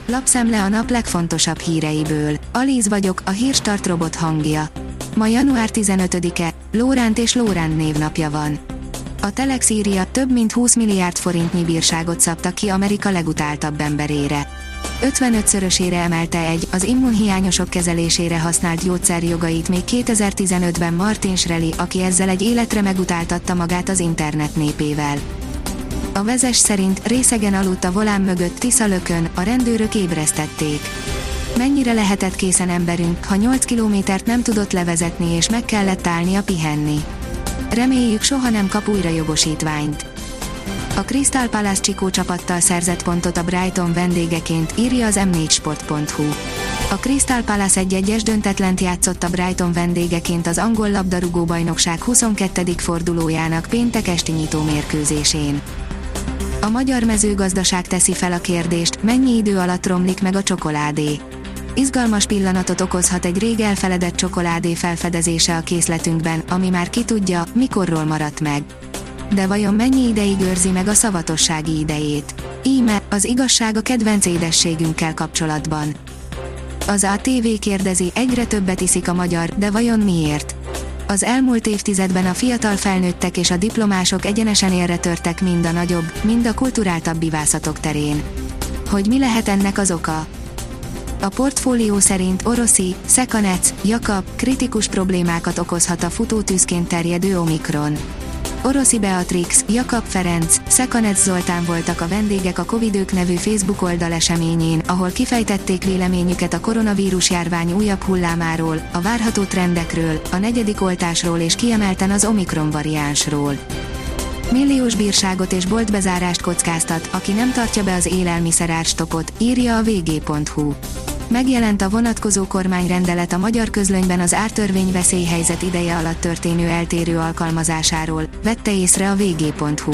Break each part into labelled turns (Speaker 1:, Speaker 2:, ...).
Speaker 1: Lapszemle a nap legfontosabb híreiből. Alíz vagyok, a Hírstart robot hangja. Ma január 15-e, Lóránt és Lóránt névnapja van. A Telex írja, több mint 20 milliárd forintnyi bírságot szabtak ki Amerika legutáltabb emberére. 55-szörösére emelte az immunhiányosok kezelésére használt gyógyszer jogait még 2015-ben Martin Shkreli, aki ezzel egy életre megutáltatta magát az internet népével. A Vezes szerint részegen aludt a volán mögött Tiszalökön, a rendőrök ébresztették. Mennyire lehetett készen emberünk, ha 8 kilométert nem tudott levezetni és meg kellett állnia pihenni. Reméljük soha nem kap újra jogosítványt. A Crystal Palace Csikó csapattal szerzett pontot a Brighton vendégeként, írja az m4sport.hu. A Crystal Palace 1-1-es döntetlent játszott a Brighton vendégeként az angol labdarúgó-bajnokság 22. fordulójának péntek esti nyitó mérkőzésén. A magyar mezőgazdaság teszi fel a kérdést, mennyi idő alatt romlik meg a csokoládé. Izgalmas pillanatot okozhat egy rég elfeledett csokoládé felfedezése a készletünkben, ami már ki tudja, mikorról maradt meg. De vajon mennyi ideig őrzi meg a szavatossági idejét? Íme, az igazság a kedvenc édességünkkel kapcsolatban. Az ATV kérdezi, egyre többet iszik a magyar, de vajon miért? Az elmúlt évtizedben a fiatal felnőttek és a diplomások egyenesen élre törtek mind a nagyobb, mind a kulturáltabb ivászatok terén. Hogy mi lehet ennek az oka? A portfólió szerint Oroszi, Szekanec, Jakab kritikus problémákat okozhat a futótűzként terjedő Omikron. Oroszi Beatrix, Jakab Ferenc, Szekanec Zoltán voltak a vendégek a Covidők nevű Facebook oldal eseményén, ahol kifejtették véleményüket a koronavírus járvány újabb hullámáról, a várható trendekről, a 4. oltásról és kiemelten az Omikron variánsról. Milliós bírságot és boltbezárást kockáztat, aki nem tartja be az élelmiszerárstopot, írja a vg.hu. Megjelent a vonatkozó kormányrendelet a magyar közlönyben az ártörvény veszélyhelyzet ideje alatt történő eltérő alkalmazásáról, vette észre a vg.hu.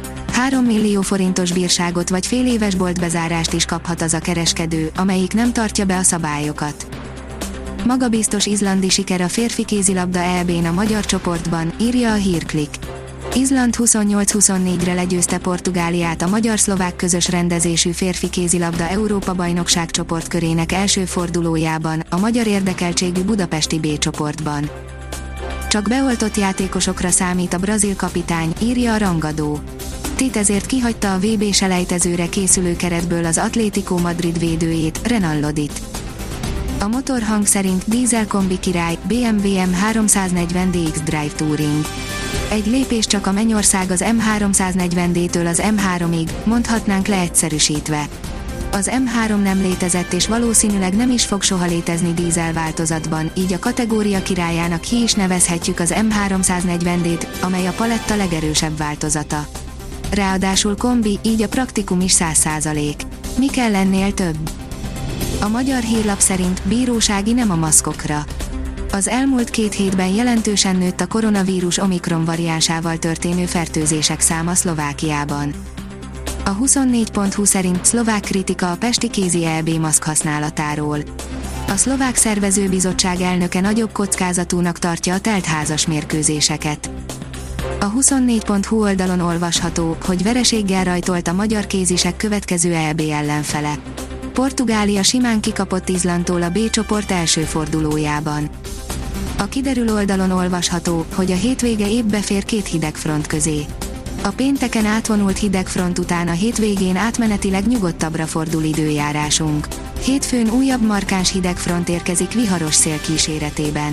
Speaker 1: 3 millió forintos bírságot vagy féléves boltbezárást is kaphat az a kereskedő, amelyik nem tartja be a szabályokat. Magabiztos izlandi siker a férfi kézilabda EB-n a magyar csoportban, írja a Hírklik. Izland 28-24-re legyőzte Portugáliát a magyar-szlovák közös rendezésű férfi kézilabda Európa-bajnokság csoportkörének első fordulójában, a magyar érdekeltségű budapesti B csoportban. Csak beoltott játékosokra számít a brazil kapitány, írja a Rangadó. Tite ezért kihagyta a VB-selejtezőre készülő keretből az Atlético Madrid védőjét, Renan Lodit. A motorhang szerint dízel kombi király, BMW M340 DX Drive Touring. Egy lépés csak a mennyország az M340D-től az M3-ig, mondhatnánk leegyszerűsítve. Az M3 nem létezett és valószínűleg nem is fog soha létezni dízel változatban, így a kategória királyának ki is nevezhetjük az M340D-t, amely a paletta legerősebb változata. Ráadásul kombi, így a praktikum is 100%. Mi kell ennél több? A Magyar Hírlap szerint bírósági nem a maszkokra. Az elmúlt 2 hétben jelentősen nőtt a koronavírus Omikron variánsával történő fertőzések száma Szlovákiában. A 24.hu szerint szlovák kritika a pesti kézi EB maszk használatáról. A szlovák szervezőbizottság elnöke nagyobb kockázatúnak tartja a teltházas mérkőzéseket. A 24.hu oldalon olvasható, hogy vereséggel rajtolt a magyar kézisek következő EB ellenfele. Portugália simán kikapott Izlandtól a B csoport első fordulójában. A kiderül oldalon olvasható, hogy a hétvége épp befér 2 hidegfront közé. A pénteken átvonult hidegfront után a hétvégén átmenetileg nyugodtabbra fordul időjárásunk. Hétfőn újabb markáns hidegfront érkezik viharos szél kíséretében.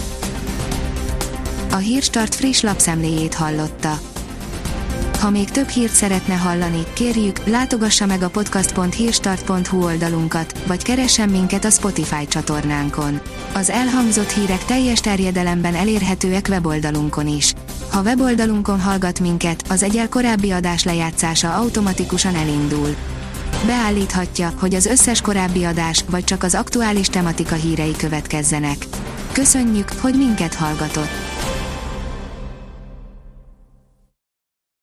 Speaker 1: A Hírstart friss lapszemléjét hallotta. Ha még több hírt szeretne hallani, kérjük, látogassa meg a podcast.hírstart.hu oldalunkat, vagy keressen minket a Spotify csatornánkon. Az elhangzott hírek teljes terjedelemben elérhetőek weboldalunkon is. Ha weboldalunkon hallgat minket, az egyel korábbi adás lejátszása automatikusan elindul. Beállíthatja, hogy az összes korábbi adás, vagy csak az aktuális tematika hírei következzenek. Köszönjük, hogy minket hallgatott!